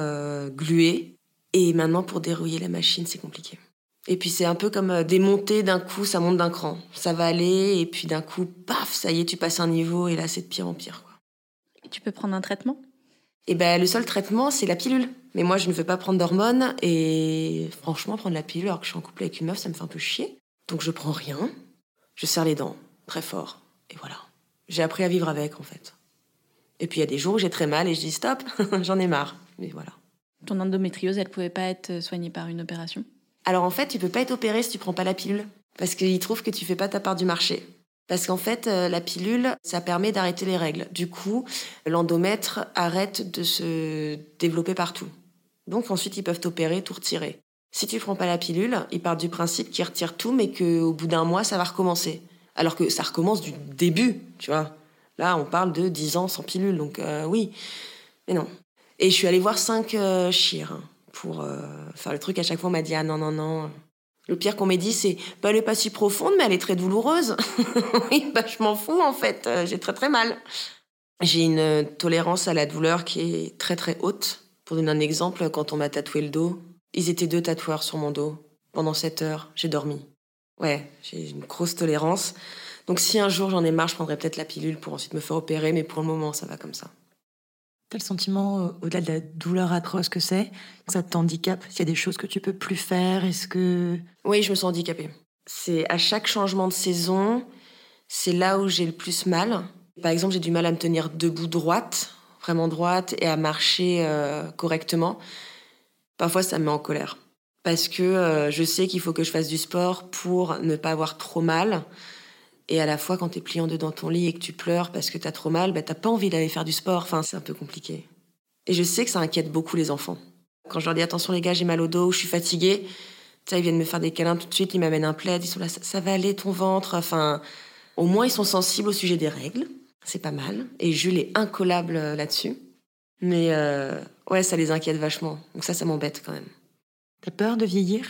Speaker 5: glué. Et maintenant, pour dérouiller la machine, c'est compliqué. Et puis, c'est un peu comme démonter d'un coup, ça monte d'un cran. Ça va aller, et puis d'un coup, paf, ça y est, tu passes un niveau, et là, c'est de pire en pire, quoi.
Speaker 2: Et tu peux prendre un traitement ?
Speaker 5: Et le seul traitement, c'est la pilule. Mais moi, je ne veux pas prendre d'hormones, et franchement, prendre la pilule alors que je suis en couple avec une meuf, ça me fait un peu chier. Donc, je prends rien, je serre les dents, très fort, et voilà. J'ai appris à vivre avec, en fait. Et puis, il y a des jours où j'ai très mal, et je dis stop, j'en ai marre. Mais voilà.
Speaker 2: Ton endométriose, elle pouvait pas être soignée par une opération ?
Speaker 5: Alors en fait, tu peux pas être opéré si tu prends pas la pilule. Parce qu'ils trouvent que tu fais pas ta part du marché. Parce qu'en fait, la pilule, ça permet d'arrêter les règles. Du coup, l'endomètre arrête de se développer partout. Donc ensuite, ils peuvent t'opérer, tout retirer. Si tu prends pas la pilule, ils partent du principe qu'ils retirent tout, mais qu'au bout d'un mois, ça va recommencer. Alors que ça recommence du début, tu vois. Là, on parle de 10 ans sans pilule, donc oui. Mais non. Et je suis allée voir 5 chires pour faire le truc. À chaque fois, on m'a dit « Ah non. » Le pire qu'on m'ait dit, c'est « Elle est pas si profonde, mais elle est très douloureuse. » Oui, je m'en fous, en fait. J'ai très, très mal. J'ai une tolérance à la douleur qui est très, très haute. Pour donner un exemple, quand on m'a tatoué le dos, ils étaient 2 tatoueurs sur mon dos. Pendant 7 heures, j'ai dormi. Ouais, j'ai une grosse tolérance. Donc si un jour j'en ai marre, je prendrai peut-être la pilule pour ensuite me faire opérer. Mais pour le moment, ça va comme ça.
Speaker 4: T'as le sentiment, au-delà de la douleur atroce que ça t'handicape? S'il y a des choses que tu peux plus faire, est-ce que...
Speaker 5: Oui, je me sens handicapée. C'est à chaque changement de saison, c'est là où j'ai le plus mal. Par exemple, j'ai du mal à me tenir debout droite, vraiment droite, et à marcher correctement. Parfois, ça me met en colère. Parce que je sais qu'il faut que je fasse du sport pour ne pas avoir trop mal. Et à la fois, quand t'es plié en deux dans ton lit et que tu pleures parce que t'as trop mal, t'as pas envie d'aller faire du sport. Enfin, c'est un peu compliqué. Et je sais que ça inquiète beaucoup les enfants. Quand je leur dis « Attention les gars, j'ai mal au dos, je suis fatiguée », ils viennent me faire des câlins tout de suite, ils m'amènent un plaid, ils sont là « Ça va aller ton ventre ». Enfin, au moins, ils sont sensibles au sujet des règles. C'est pas mal. Et Jules est incollable là-dessus. Mais ouais, ça les inquiète vachement. Donc ça m'embête quand même.
Speaker 4: T'as peur de vieillir?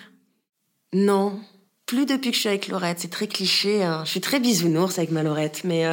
Speaker 5: Non. Plus depuis que je suis avec Laurette, c'est très cliché. Hein. Je suis très bisounours avec ma Laurette, mais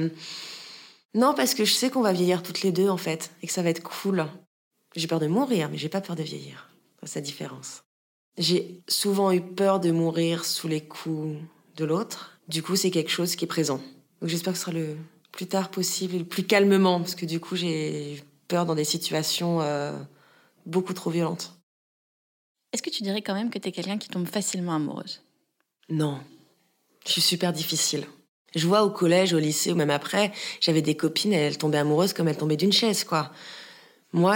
Speaker 5: non, parce que je sais qu'on va vieillir toutes les deux, en fait, et que ça va être cool. J'ai peur de mourir, mais j'ai pas peur de vieillir. C'est la différence. J'ai souvent eu peur de mourir sous les coups de l'autre. Du coup, c'est quelque chose qui est présent. Donc j'espère que ce sera le plus tard possible, et le plus calmement, parce que du coup, j'ai peur dans des situations beaucoup trop violentes.
Speaker 2: Est-ce que tu dirais quand même que t'es quelqu'un qui tombe facilement amoureuse?
Speaker 5: Non, je suis super difficile. Je vois au collège, au lycée ou même après, j'avais des copines, elles tombaient amoureuses comme elles tombaient d'une chaise, quoi. Moi,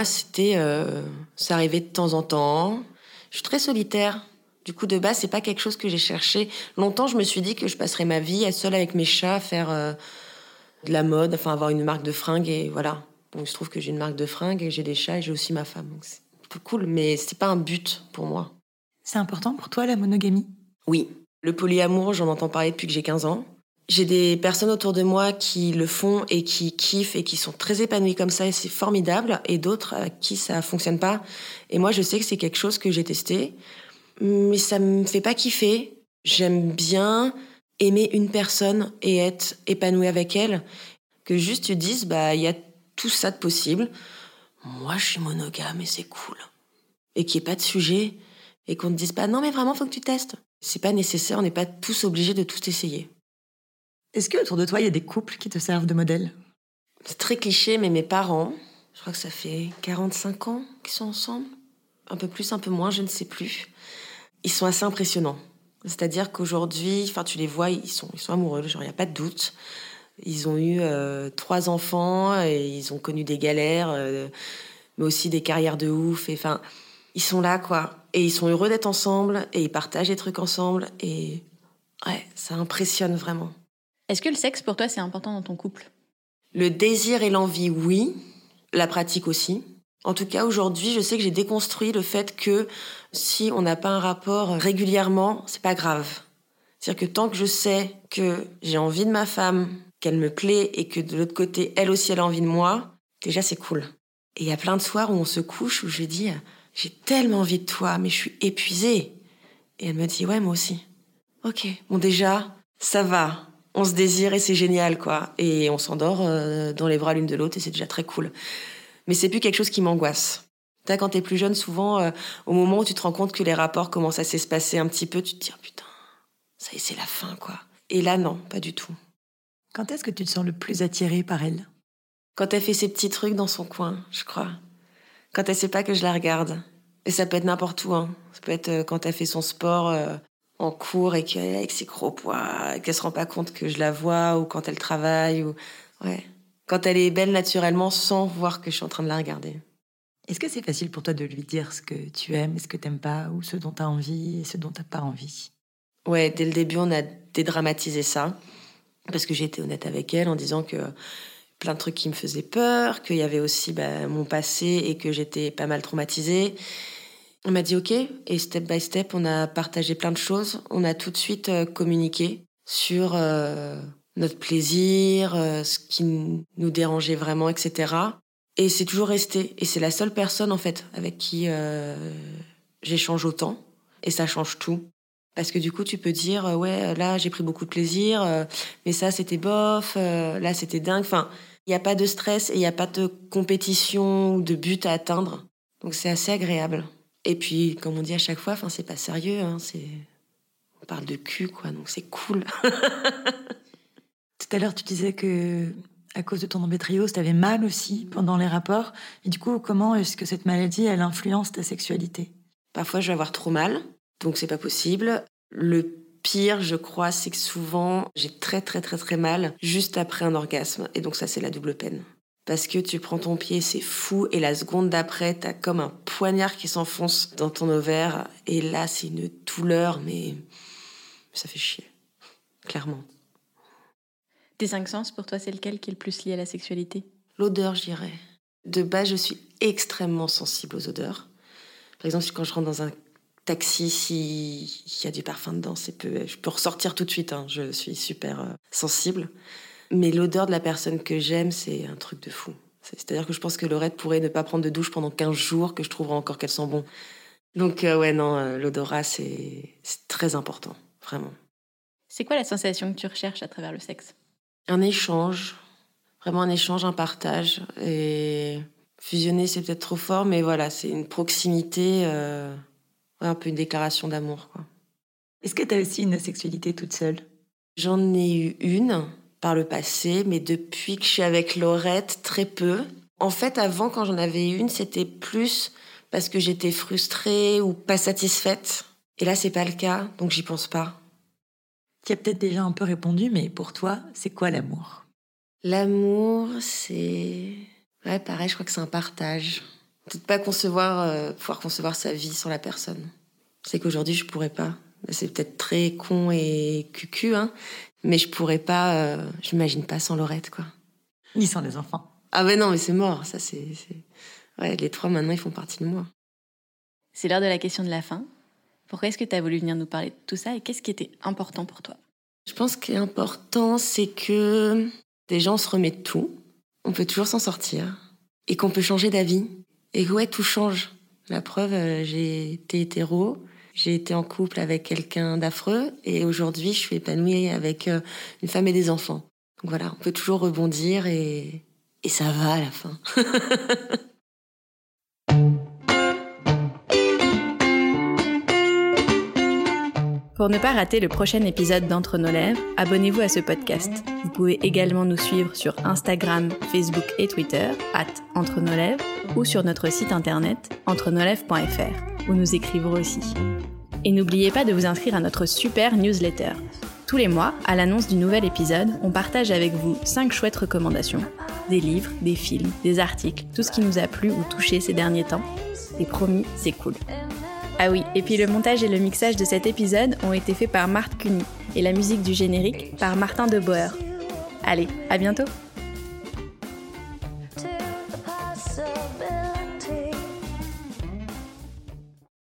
Speaker 5: ça arrivait de temps en temps. Je suis très solitaire. Du coup, de base, c'est pas quelque chose que j'ai cherché. Longtemps, je me suis dit que je passerais ma vie seule avec mes chats, faire de la mode, enfin avoir une marque de fringues et voilà. Bon, il se trouve que j'ai une marque de fringues et j'ai des chats et j'ai aussi ma femme. Donc c'est un peu cool, mais c'est pas un but pour moi.
Speaker 4: C'est important pour toi, la monogamie?
Speaker 5: Oui. Le polyamour, j'en entends parler depuis que j'ai 15 ans. J'ai des personnes autour de moi qui le font et qui kiffent et qui sont très épanouies comme ça et c'est formidable. Et d'autres à qui ça fonctionne pas. Et moi, je sais que c'est quelque chose que j'ai testé. Mais ça me fait pas kiffer. J'aime bien aimer une personne et être épanouie avec elle. Que juste tu te dises, il y a tout ça de possible. Moi, je suis monogame et c'est cool. Et qu'il n'y ait pas de sujet. Et qu'on te dise pas, non mais vraiment, faut que tu testes. C'est pas nécessaire, on n'est pas tous obligés de tout essayer.
Speaker 4: Est-ce qu'autour de toi, il y a des couples qui te servent de modèle?
Speaker 5: C'est très cliché, mais mes parents, je crois que ça fait 45 ans qu'ils sont ensemble. Un peu plus, un peu moins, je ne sais plus. Ils sont assez impressionnants. C'est-à-dire qu'aujourd'hui, tu les vois, ils sont amoureux, genre il n'y a pas de doute. Ils ont eu 3 enfants et ils ont connu des galères, mais aussi des carrières de ouf. Et ils sont là, quoi. Et ils sont heureux d'être ensemble et ils partagent des trucs ensemble. Et ouais, ça impressionne vraiment.
Speaker 2: Est-ce que le sexe, pour toi, c'est important dans ton couple?
Speaker 5: Le désir et l'envie, oui. La pratique aussi. En tout cas, aujourd'hui, je sais que j'ai déconstruit le fait que si on n'a pas un rapport régulièrement, c'est pas grave. C'est-à-dire que tant que je sais que j'ai envie de ma femme, qu'elle me plaît et que de l'autre côté, elle aussi, elle a envie de moi, déjà, c'est cool. Et il y a plein de soirs où on se couche, où je dis « J'ai tellement envie de toi, mais je suis épuisée. » Et elle me dit « Ouais, moi aussi. » Ok, bon déjà, ça va. On se désire et c'est génial, quoi. Et on s'endort dans les bras l'une de l'autre et c'est déjà très cool. Mais c'est plus quelque chose qui m'angoisse. Quand t'es plus jeune, souvent, au moment où tu te rends compte que les rapports commencent à s'espacer un petit peu, tu te dis, oh, putain, ça y est, c'est la fin, quoi. Et là, non, pas du tout.
Speaker 4: Quand est-ce que tu te sens le plus attirée par elle ?
Speaker 5: Quand elle fait ses petits trucs dans son coin, je crois. Quand elle sait pas que je la regarde. Et ça peut être n'importe où, hein. Ça peut être quand elle fait son sport en cours et qu'elle est avec ses gros poids, et qu'elle se rend pas compte que je la vois, ou quand elle travaille, ou... Ouais. Quand elle est belle naturellement, sans voir que je suis en train de la regarder.
Speaker 4: Est-ce que c'est facile pour toi de lui dire ce que tu aimes et ce que t'aimes pas, ou ce dont t'as envie et ce dont t'as pas envie ?
Speaker 5: Ouais, dès le début, on a dédramatisé ça. Parce que j'ai été honnête avec elle en disant que plein de trucs qui me faisaient peur, qu'il y avait aussi mon passé et que j'étais pas mal traumatisée. On m'a dit OK, et step by step, on a partagé plein de choses. On a tout de suite communiqué sur notre plaisir, ce qui nous dérangeait vraiment, etc. Et c'est toujours resté. Et c'est la seule personne, en fait, avec qui j'échange autant. Et ça change tout. Parce que du coup, tu peux dire, ouais, là, j'ai pris beaucoup de plaisir, mais ça, c'était bof, là, c'était dingue. Enfin, il n'y a pas de stress et il n'y a pas de compétition ou de but à atteindre. Donc, c'est assez agréable. Et puis, comme on dit à chaque fois, c'est pas sérieux, hein, on parle de cul, quoi, donc c'est cool.
Speaker 4: Tout à l'heure, tu disais que à cause de ton endométriose, t'avais mal aussi pendant les rapports. Et du coup, comment est-ce que cette maladie, elle influence ta sexualité ?
Speaker 5: Parfois, je vais avoir trop mal. Donc, c'est pas possible. Le pire, je crois, c'est que souvent, j'ai très, très, très, très mal juste après un orgasme. Et donc, ça, c'est la double peine. Parce que tu prends ton pied, c'est fou. Et la seconde d'après, t'as comme un poignard qui s'enfonce dans ton ovaire. Et là, c'est une douleur, mais ça fait chier. Clairement.
Speaker 2: Tes 5 sens, pour toi, c'est lequel qui est le plus lié à la sexualité ?
Speaker 5: L'odeur, je dirais. De base, je suis extrêmement sensible aux odeurs. Par exemple, quand je rentre dans un taxi, s'il y a du parfum dedans, je peux ressortir tout de suite. Hein. Je suis super sensible. Mais l'odeur de la personne que j'aime, c'est un truc de fou. C'est-à-dire que je pense que Laurette pourrait ne pas prendre de douche pendant 15 jours, que je trouverai encore qu'elle sent bon. Donc, l'odorat, c'est très important, vraiment.
Speaker 2: C'est quoi la sensation que tu recherches à travers le sexe ?
Speaker 5: Un échange, vraiment un échange, un partage. Et fusionner, c'est peut-être trop fort, mais voilà, c'est une proximité... un peu une déclaration d'amour, quoi.
Speaker 4: Est-ce que tu as aussi une sexualité toute seule ?
Speaker 5: J'en ai eu une par le passé, mais depuis que je suis avec Laurette, très peu. En fait, avant, quand j'en avais une, c'était plus parce que j'étais frustrée ou pas satisfaite. Et là, c'est pas le cas, donc j'y pense pas.
Speaker 4: Tu as peut-être déjà un peu répondu, mais pour toi, c'est quoi l'amour ?
Speaker 5: L'amour, c'est... Ouais, pareil, je crois que c'est un partage. Peut-être pas pouvoir concevoir sa vie sans la personne. C'est qu'aujourd'hui, je pourrais pas. C'est peut-être très con et cucu, hein, mais je pourrais pas... je m'imagine pas sans Laurette, quoi.
Speaker 4: Ni sans les enfants.
Speaker 5: Ah ben non, mais c'est mort, ça c'est... Ouais, les 3, maintenant, ils font partie de moi.
Speaker 2: C'est l'heure de la question de la fin. Pourquoi est-ce que tu as voulu venir nous parler de tout ça et qu'est-ce qui était important pour toi ?
Speaker 5: Je pense que ce qui est important, c'est que déjà, on se remet de tout. On peut toujours s'en sortir. Et qu'on peut changer d'avis. Et que ouais, tout change. La preuve, j'ai été hétéro, j'ai été en couple avec quelqu'un d'affreux, et aujourd'hui, je suis épanouie avec une femme et des enfants. Donc voilà, on peut toujours rebondir et ça va à la fin.
Speaker 2: Pour ne pas rater le prochain épisode d'Entre nos lèvres, abonnez-vous à ce podcast. Vous pouvez également nous suivre sur Instagram, Facebook et Twitter, @EntreNosLèvres, ou sur notre site internet, entrenoslèvres.fr, où nous écrivons aussi. Et n'oubliez pas de vous inscrire à notre super newsletter. Tous les mois, à l'annonce du nouvel épisode, on partage avec vous 5 chouettes recommandations. Des livres, des films, des articles, tout ce qui nous a plu ou touché ces derniers temps. Et promis, c'est cool. Ah oui, et puis le montage et le mixage de cet épisode ont été faits par Marthe Cuny et la musique du générique par Martin Deboer. Allez, à bientôt!